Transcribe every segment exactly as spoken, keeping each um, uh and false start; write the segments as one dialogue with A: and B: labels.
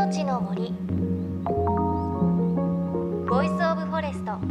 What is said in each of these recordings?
A: 命の森ボイスオブフォレスト。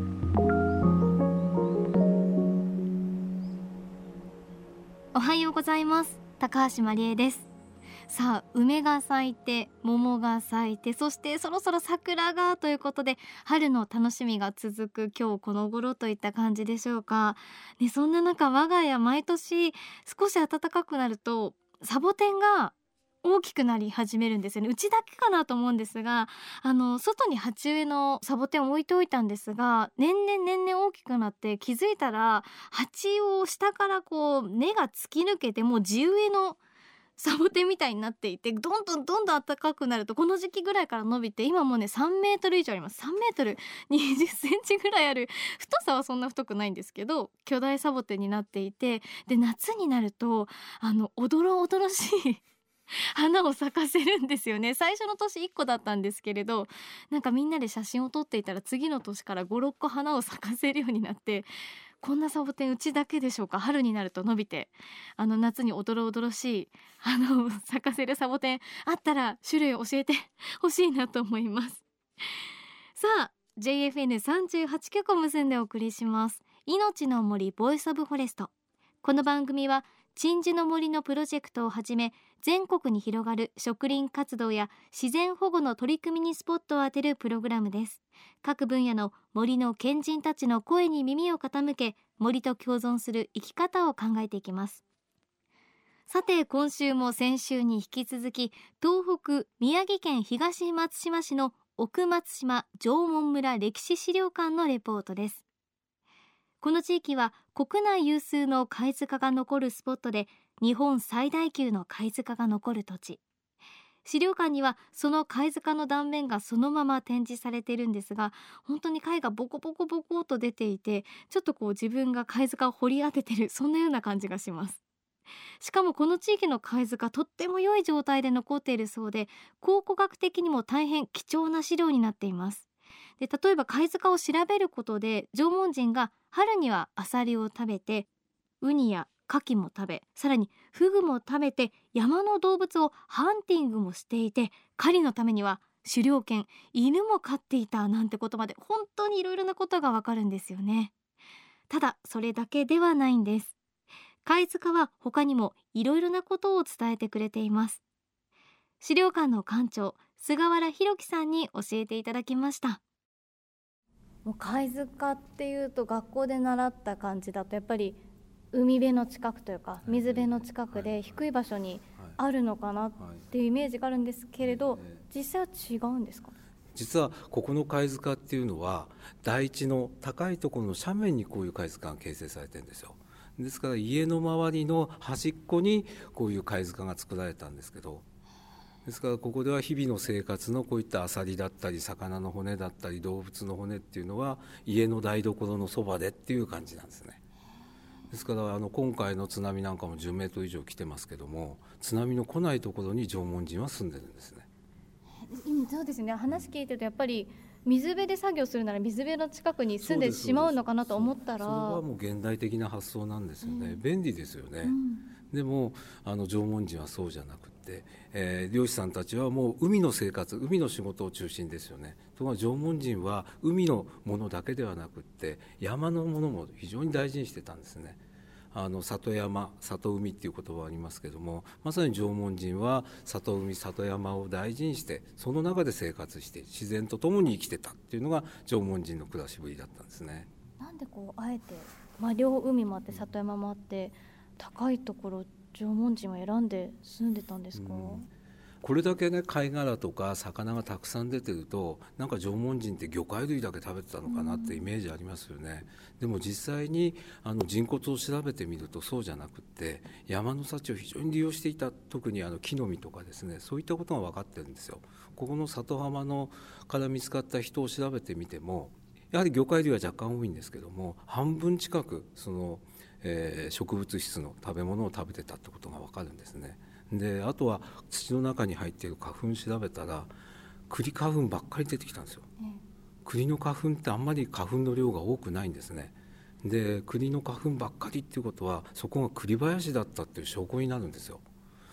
A: おはようございます。高橋まりえです。さあ、梅が咲いて桃が咲いて、そしてそろそろ桜がということで、春の楽しみが続く今日この頃といった感じでしょうか、ね、そんな中我が家毎年少し暖かくなるとサボテンが大きくなり始めるんですよね。うちだけかなと思うんですが、あの外に鉢植えのサボテンを置いておいたんですが、年々年々大きくなって、気づいたら鉢を下からこう根が突き抜けて、もう地植えのサボテンみたいになっていて、どんどんどんどん暖かくなるとこの時期ぐらいから伸びて、今もうねさんメートル以上あります。さんメートルにじゅっセンチぐらいある、太さはそんな太くないんですけど巨大サボテンになっていて、で夏になるとあのおどろおどろしい花を咲かせるんですよね。最初の年いっこだったんですけれど、なんかみんなで写真を撮っていたら次の年からご、ろっこ花を咲かせるようになって、こんなサボテンうちだけでしょうか。春になると伸びて、あの夏におどろおどろしい花を咲かせるサボテンあったら種類教えてほしいなと思います。さあ ジェイエフエヌさんじゅうはち 局を結んでお送りします。命の森ボイスオブフォレスト。この番組は鎮守の森のプロジェクトをはじめ、全国に広がる植林活動や自然保護の取り組みにスポットを当てるプログラムです。各分野の森の賢人たちの声に耳を傾け、森と共存する生き方を考えていきます。さて、今週も先週に引き続き、東北宮城県東松島市の奥松島縄文村歴史資料館のレポートです。この地域は国内有数の貝塚が残るスポットで、日本最大級の貝塚が残る土地。資料館にはその貝塚の断面がそのまま展示されているんですが、本当に貝がボコボコボコと出ていて、ちょっとこう自分が貝塚を掘り当ててる、そんなような感じがします。しかもこの地域の貝塚、とっても良い状態で残っているそうで、考古学的にも大変貴重な資料になっています。で、例えば貝塚を調べることで、縄文人が春にはアサリを食べて、ウニやカキも食べ、さらにフグも食べて、山の動物をハンティングもしていて、狩りのためには狩猟犬、犬も飼っていたなんてことまで、本当にいろいろなことがわかるんですよね。ただそれだけではないんです。貝塚は他にもいろいろなことを伝えてくれています。資料館の館長菅原弘樹さんに教えていただきました。もう貝塚っていうと学校で習った感じだと、やっぱり海辺の近くというか水辺の近くで低い場所にあるのかなっていうイメージがあるんですけれど、実際は違うんですか？
B: 実はここの貝塚っていうのは台地の高いところの斜面にこういう貝塚が形成されてるんですよ。ですから家の周りの端っこにこういう貝塚が作られたんですけど、ですからここでは日々の生活のこういったアサリだったり魚の骨だったり動物の骨っていうのは家の台所のそばでっていう感じなんですね。ですからあの今回の津波なんかもじゅうメートル以上来てますけども、津波の来ないところに縄文人は住んでるんですね。
A: そうですね。話聞いてるとやっぱり水辺で作業するなら水辺の近くに住んでしまうのかなと思ったら、
B: そ, そ, それはもう現代的な発想なんですよね、
A: うん、
B: 便利ですよね、うん、でもあの縄文人はそうじゃなくて、えー、漁師さんたちはもう海の生活、海の仕事を中心ですよね。ところが縄文人は海のものだけではなくって山のものも非常に大事にしてたんですね。あの里山里海っていう言葉がありますけども、まさに縄文人は里海里山を大事にして、その中で生活して自然と共に生きてたっていうのが縄文人の暮らしぶりだったんですね。
A: なんでこうあえて、まあ、両海もあって里山もあって高いところ縄文人は選んで住んでたんですか？うん、
B: これだけね貝殻とか魚がたくさん出てると、なんか縄文人って魚介類だけ食べてたのかなってイメージありますよね。でも実際にあの人骨を調べてみるとそうじゃなくって、山の幸を非常に利用していた、特にあの木の実とかですね、そういったことが分かってるんですよ。ここの里浜のから見つかった人を調べてみても、やはり魚介類は若干多いんですけども、半分近くその、えー、植物質の食べ物を食べてたってことが分かるんですね。であとは土の中に入っている花粉調べたら栗花粉ばっかり出てきたんですよ、うん、栗の花粉ってあんまり花粉の量が多くないんですね。で栗の花粉ばっかりっていうことはそこが栗林だったっていう証拠になるんですよ。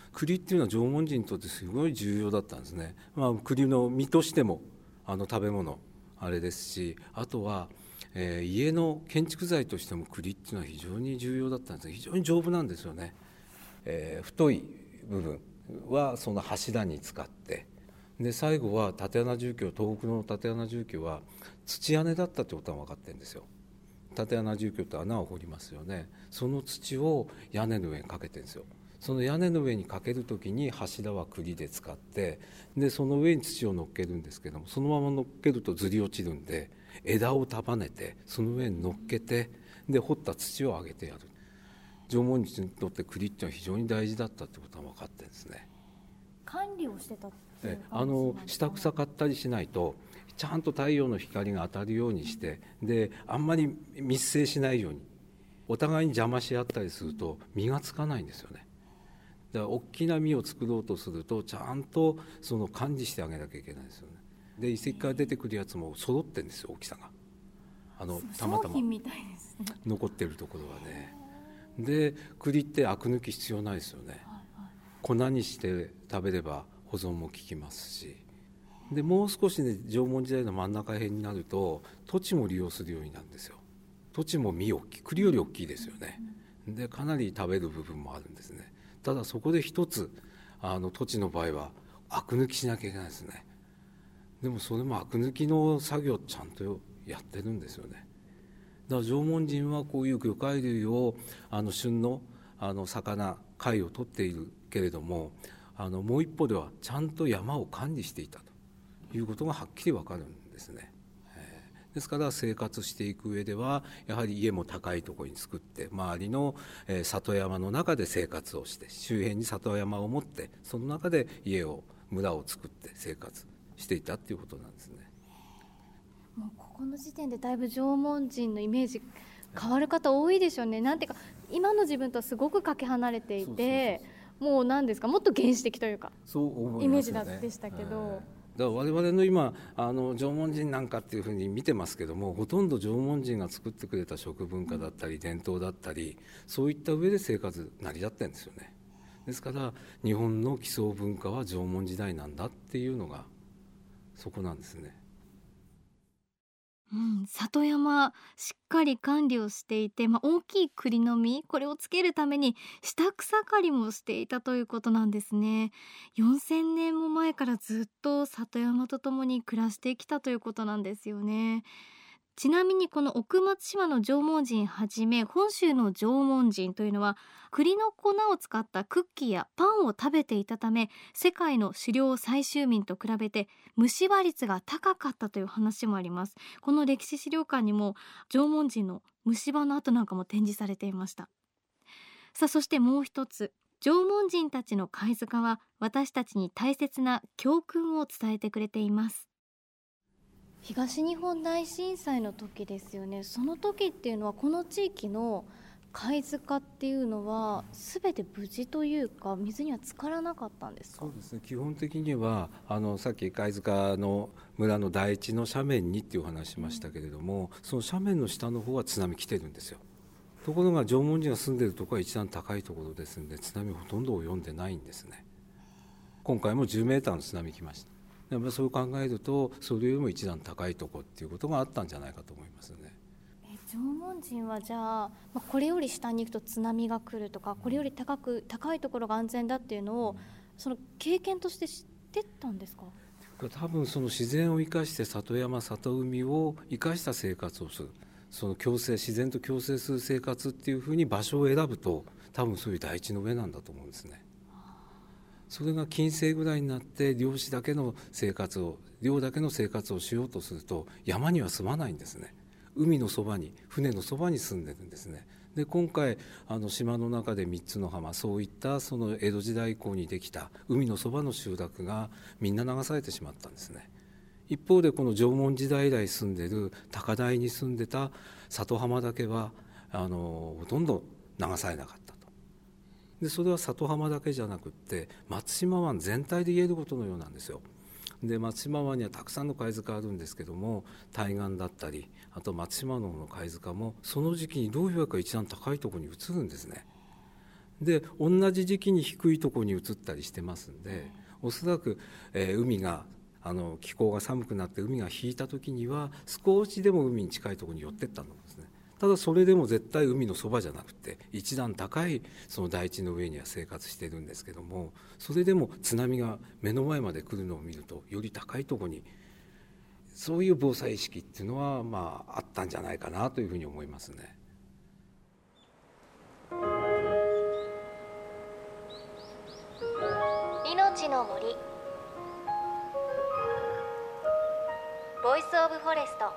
B: 栗っていうのは縄文人にとってすごい重要だったんですね。まあ、栗の実としてもあの食べ物あれですし、あとは、えー、家の建築材としても栗っていうのは非常に重要だったんです。非常に丈夫なんですよね。えー、太い部分はその柱に使って、で最後は竪穴住居、東北の竪穴住居は土屋根だったってことは分かってるんですよ。竪穴住居って穴を掘りますよね。その土を屋根の上にかけてるんですよ。その屋根の上にかけるときに柱は栗で使って、でその上に土を乗っけるんですけども、そのまま乗っけるとずり落ちるんで、枝を束ねてその上に乗っけて、で掘った土を上げてやる。縄文人にとって栗っていうのは非常に大事だったってことは分かってるんですね。
A: 管理をしてたっていう
B: えあの下草刈ったりしないと、ちゃんと太陽の光が当たるようにして、であんまり密生しないように、お互いに邪魔し合ったりすると実がつかないんですよね。だから大きな実を作ろうとすると、ちゃんとその管理してあげなきゃいけないですよね。で遺跡から出てくるやつも揃ってるんですよ、大きさが。あのたまたま残ってるところはね。で栗ってアク抜き必要ないですよね。粉にして食べれば保存も効きますし、でもう少しね、縄文時代の真ん中辺になると土地も利用するようになるんですよ。土地も実大きい、栗より大きいですよね。でかなり食べる部分もあるんですね。ただそこで一つ、あの土地の場合はアク抜きしなきゃいけないですね。でもそれもアク抜きの作業ちゃんとやってるんですよね。だから縄文人はこういう魚介類を、あの旬のあの魚貝を取っているけれども、あのもう一歩ではちゃんと山を管理していたということがはっきり分かるんですね。ですから生活していく上では、やはり家も高いところに作って、周りの里山の中で生活をして、周辺に里山を持って、その中で家を村を作って生活していたっていうことなんですね。
A: もうここの時点でだいぶ縄文人のイメージ変わる方多いでしょうね。なんていうか、今の自分とはすごくかけ離れていて、もう何ですか、もっと原始的というか、
B: そう思いますよね、
A: イメージだでしたけど、はい
B: だから我々の今あの縄文人なんかっていうふうに見てますけども、ほとんど縄文人が作ってくれた食文化だったり伝統だったり、そういった上で生活成り立ってるんですよね。ですから日本の基礎文化は縄文時代なんだっていうのがそこなんですね。
A: うん、里山しっかり管理をしていて、まあ、大きい栗の実、これをつけるために下草刈りもしていたということなんですね。よんせんねんも前からずっと里山とともに暮らしてきたということなんですよね。ちなみにこの奥松島の縄文人はじめ本州の縄文人というのは、栗の粉を使ったクッキーやパンを食べていたため、世界の狩猟採集民と比べて虫歯率が高かったという話もあります。この歴史資料館にも縄文人の虫歯の跡なんかも展示されていました。さあ、そしてもう一つ、縄文人たちの貝塚は私たちに大切な教訓を伝えてくれています。東日本大震災の時ですよね。その時っていうのは、この地域の貝塚っていうのは全て無事というか、水には浸からなかったんですか？
B: そうですね、基本的にはあのさっき貝塚の村の台地の斜面にっていうお話しましたけれども、うん、その斜面の下の方は津波来てるんですよ。ところが縄文人が住んでるところは一段高いところですので、津波ほとんど及んでないんですね。今回もじゅうメーターの津波来ました。やっぱりそう考えると、それよりも一段高いところっていうことがあったんじゃないかと思いますね。
A: え縄文人はじゃあ、まあ、これより下に行くと津波が来るとか、これより高く高いところが安全だっていうのを、その経験として知ってたんですか？
B: 多分その自然を生かして、里山里海を生かした生活をする、その共生、自然と共生する生活っていうふうに場所を選ぶと、多分そういう台地の上なんだと思うんですね。それが近世ぐらいになって漁師だけの生活を漁だけの生活をしようとすると、山には住まないんですね。海のそばに、船のそばに住んでるんですね。で今回あの島の中でみっつの浜、そういったその江戸時代以降にできた海のそばの集落がみんな流されてしまったんですね。一方でこの縄文時代以来住んでる高台に住んでた里浜だけはあのほとんど流されなかった。でそれは里浜だけじゃなくって、松島湾全体で言えることのようなんですよ。で松島湾にはたくさんの貝塚あるんですけども、対岸だったり、あと松島の方の貝塚もその時期にどういうわけか一段高いところに移るんですね。 で同じ時期に低いところに移ったりしてますんで、おそらく、えー、海があの気候が寒くなって海が引いた時には少しでも海に近いところに寄ってったんですね。ただそれでも絶対海のそばじゃなくて一段高いその台地の上には生活しているんですけども、それでも津波が目の前まで来るのを見るとより高いところに、そういう防災意識っていうのはまああったんじゃないかなというふうに思いますね。
A: 命の森、ボイスオブフォレスト。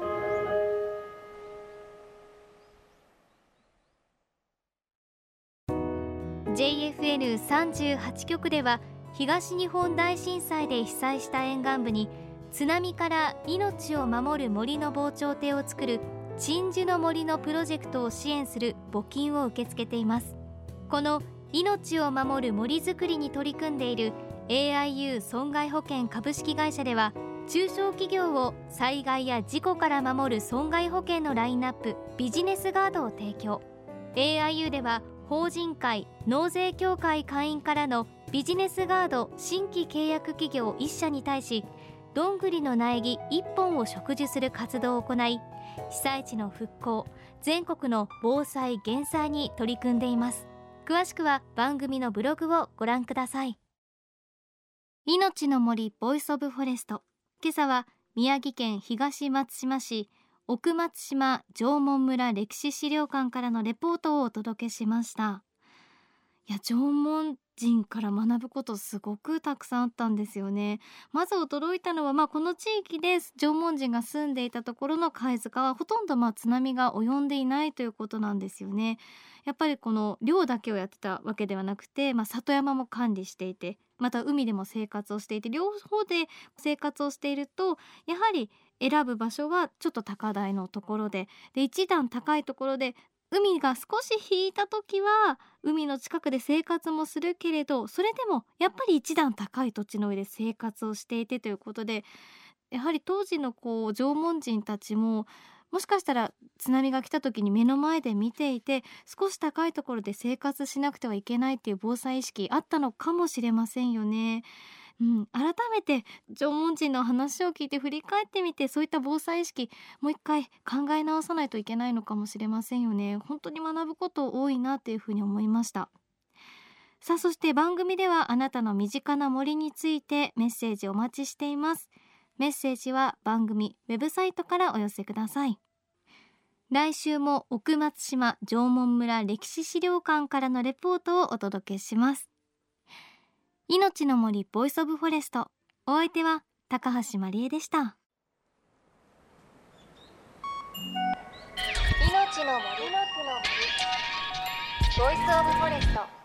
A: ジェイエフエヌさんじゅうはち 局では東日本大震災で被災した沿岸部に津波から命を守る森の防潮堤を作る鎮守の森のプロジェクトを支援する募金を受け付けています。この命を守る森づくりに取り組んでいる エーアイユー 損害保険株式会社では、中小企業を災害や事故から守る損害保険のラインナップビジネスガードを提供。 エーアイユー では法人会納税協会会員からのビジネスガード新規契約企業いっ社に対し、どんぐりの苗木いっぽんを植樹する活動を行い、被災地の復興、全国の防災減災に取り組んでいます。詳しくは番組のブログをご覧ください。命の森ボイスオブフォレスト。今朝は宮城県東松島市奥松島縄文村歴史資料館からのレポートをお届けしました。いや、縄文人から学ぶことすごくたくさんあったんですよね。まず驚いたのは、まあ、この地域で縄文人が住んでいたところの貝塚はほとんどまあ津波が及んでいないということなんですよね。やっぱりこの漁だけをやってたわけではなくて、まあ、里山も管理していて、また海でも生活をしていて、両方で生活をしているとやはり選ぶ場所はちょっと高台のところで、で一段高いところで海が少し引いた時は海の近くで生活もするけれど、それでもやっぱり一段高い土地の上で生活をしていてということで、やはり当時のこう縄文人たちももしかしたら津波が来た時に目の前で見ていて、少し高いところで生活しなくてはいけないっていう防災意識あったのかもしれませんよね。うん、改めて縄文人の話を聞いて振り返ってみて、そういった防災意識もう一回考え直さないといけないのかもしれませんよね。本当に学ぶこと多いなというふうに思いました。さあ、そして番組ではあなたの身近な森についてメッセージお待ちしています。メッセージは番組ウェブサイトからお寄せください。来週も奥松島縄文村歴史資料館からのレポートをお届けします。命の森ボイスオブフォレスト。お相手は高橋まりえでした。命の森ボイスオブフォレスト。